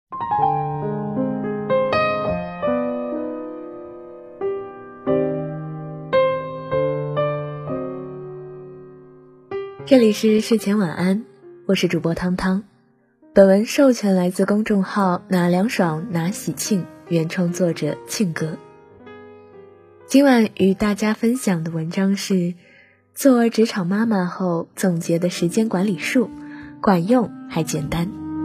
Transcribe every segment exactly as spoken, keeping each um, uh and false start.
这里是睡前晚安，我是主播汤汤。本文授权来自公众号哪凉爽哪喜庆，原创作者庆哥。今晚与大家分享的文章是做职场妈妈后总结的时间管理术，管用还简单。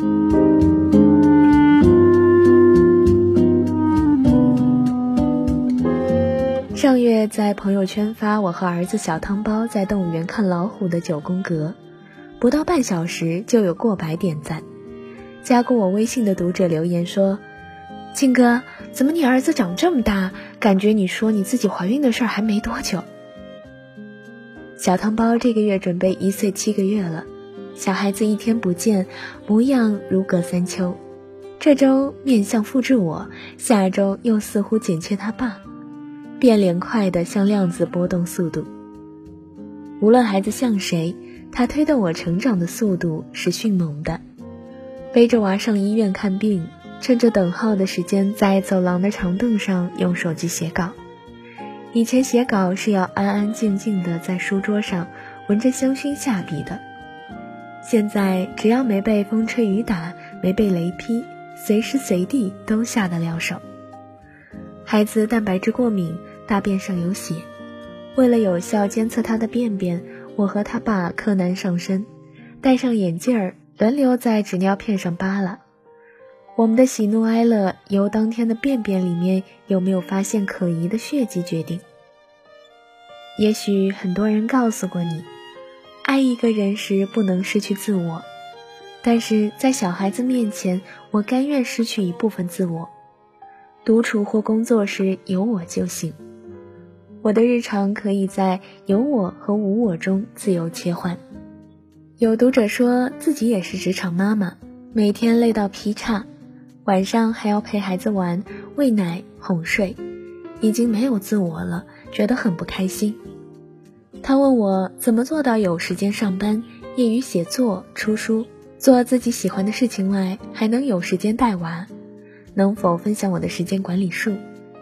上月在朋友圈发我和儿子小汤包在动物园看老虎的九宫格，不到半小时就有过百点赞。加过我微信的读者留言说，庆哥，怎么你儿子长这么大，感觉你说你自己怀孕的事儿还没多久。小汤包这个月准备一岁七个月了，小孩子一天不见，模样如隔三秋。这周面相复制我，下周又似乎减缺他爸，变脸快的像量子波动速度。无论孩子像谁，他推动我成长的速度是迅猛的。背着娃上医院看病，趁着等号的时间在走廊的长凳上用手机写稿。以前写稿是要安安静静的在书桌上闻着香薰下笔的，现在只要没被风吹雨打，没被雷劈，随时随地都下得了手。孩子蛋白质过敏，大便上有血，为了有效监测他的便便，我和他爸柯南上身，戴上眼镜儿，轮流在纸尿片上扒拉。我们的喜怒哀乐由当天的便便里面有没有发现可疑的血迹决定。也许很多人告诉过你，爱一个人时不能失去自我，但是在小孩子面前，我甘愿失去一部分自我。独处或工作时有我就行，我的日常可以在有我和无我中自由切换。有读者说自己也是职场妈妈，每天累到劈叉，晚上还要陪孩子玩，喂奶哄睡，已经没有自我了，觉得很不开心。他问我怎么做到有时间上班，业余写作出书，做自己喜欢的事情外，还能有时间带娃，能否分享我的时间管理术？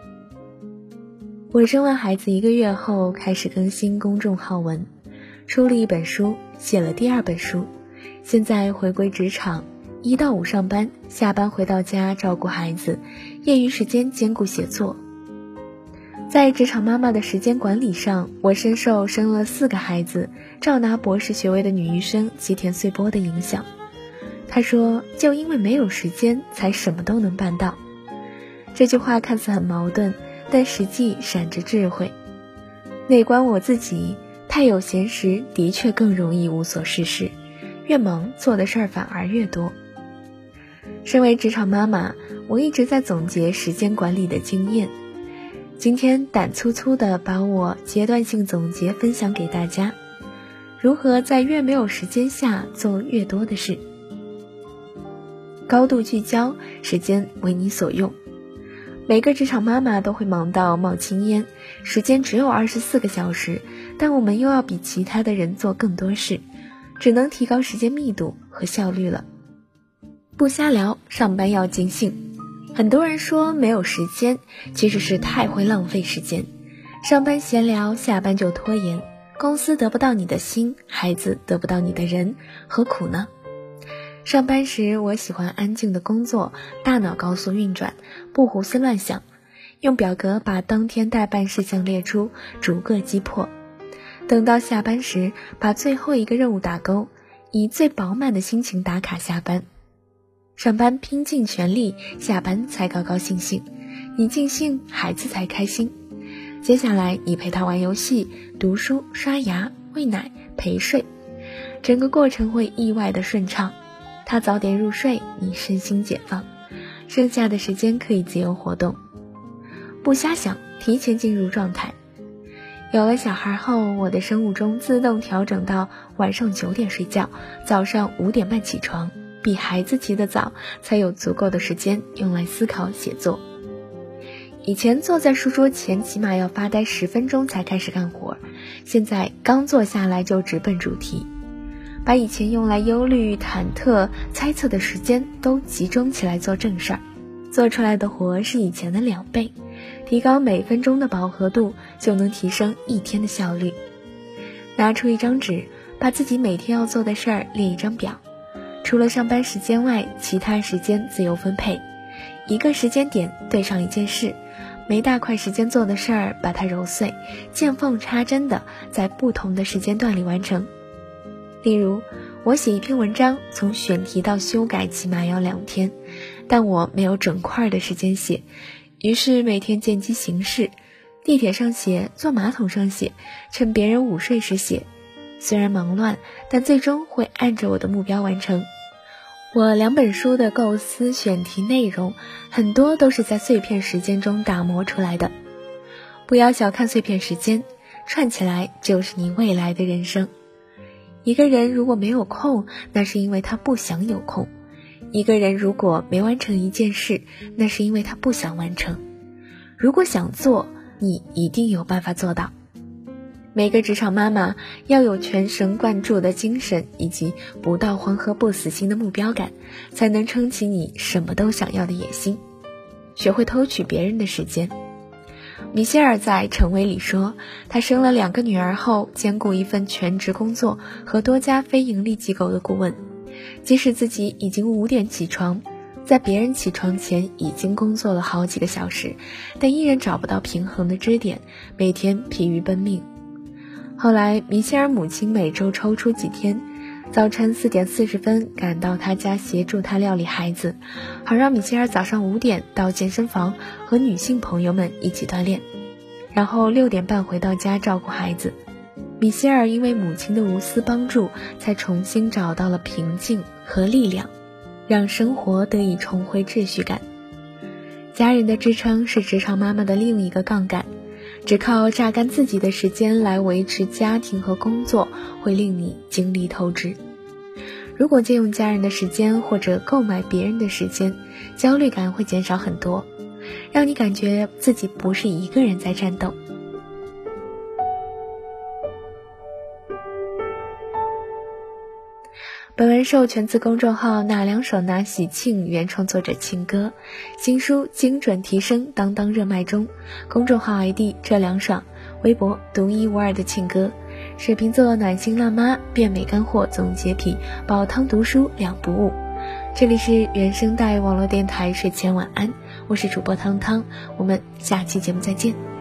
我生完孩子一个月后开始更新公众号文，出了一本书，写了第二本书，现在回归职场，一到五上班，下班回到家照顾孩子，业余时间兼顾写作。在职场妈妈的时间管理上，我深受生了四个孩子照拿博士学位的女医生吉田穗波的影响。她说，就因为没有时间才什么都能办到。这句话看似很矛盾，但实际闪着智慧。内观我自己，太有闲时的确更容易无所事事，越忙做的事儿反而越多。身为职场妈妈，我一直在总结时间管理的经验。今天胆粗粗地把我阶段性总结分享给大家，如何在越没有时间下做越多的事。高度聚焦，时间为你所用。每个职场妈妈都会忙到冒青烟，时间只有二十四个小时，但我们又要比其他的人做更多事，只能提高时间密度和效率了。不瞎聊，上班要尽兴。很多人说没有时间，其实是太会浪费时间。上班闲聊，下班就拖延，公司得不到你的心，孩子得不到你的人，何苦呢？上班时我喜欢安静的工作，大脑高速运转，不胡思乱想，用表格把当天待办事项列出，逐个击破。等到下班时，把最后一个任务打勾，以最饱满的心情打卡下班。上班拼尽全力，下班才高高兴兴，你尽兴，孩子才开心。接下来你陪他玩游戏、读书、刷牙、喂奶、陪睡，整个过程会意外的顺畅。他早点入睡，你身心解放，剩下的时间可以自由活动。不瞎想，提前进入状态。有了小孩后，我的生物钟自动调整到晚上九点睡觉，早上五点半起床，比孩子起得早，才有足够的时间用来思考写作。以前坐在书桌前起码要发呆十分钟才开始干活，现在刚坐下来就直奔主题。 把以前用来忧虑、忐忑、猜测的时间都集中起来做正事儿，做出来的活是以前的两倍，提高每分钟的饱和度，就能提升一天的效率。拿出一张纸，把自己每天要做的事儿列一张表，除了上班时间外，其他时间自由分配，一个时间点对上一件事，每大块时间做的事儿把它揉碎，见缝插针的在不同的时间段里完成。例如，我写一篇文章，从选题到修改起码要两天，但我没有整块的时间写，于是每天见机行事，地铁上写，坐马桶上写，趁别人午睡时写。虽然忙乱，但最终会按着我的目标完成。我两本书的构思、选题内容，很多都是在碎片时间中打磨出来的。不要小看碎片时间，串起来就是你未来的人生。一个人如果没有空，那是因为他不想有空；一个人如果没完成一件事，那是因为他不想完成。如果想做，你一定有办法做到。每个职场妈妈要有全神贯注的精神，以及不到黄河不死心的目标感，才能撑起你什么都想要的野心。学会偷取别人的时间。米歇尔在《成为》里说，他生了两个女儿后，兼顾一份全职工作和多家非盈利机构的顾问。即使自己已经五点起床，在别人起床前已经工作了好几个小时，但依然找不到平衡的支点，每天疲于奔命。后来，米歇尔母亲每周抽出几天，早晨四点四十分赶到他家协助他料理孩子，好让米歇尔早上五点到健身房和女性朋友们一起锻炼，然后六点半回到家照顾孩子。米歇尔因为母亲的无私帮助，才重新找到了平静和力量，让生活得以重回秩序感。家人的支撑是职场妈妈的另一个杠杆，只靠榨干自己的时间来维持家庭和工作，会令你精力透支。如果借用家人的时间或者购买别人的时间，焦虑感会减少很多，让你感觉自己不是一个人在战斗。本文授权自公众号哪两手拿喜庆，原创作者庆哥，新书精准提升当当热卖中，公众号 I D 这凉爽，微博独一无二的庆哥，水瓶座暖心辣妈，变美干货总结品，煲汤读书两不误。这里是原声带网络电台睡前晚安，我是主播汤汤，我们下期节目再见。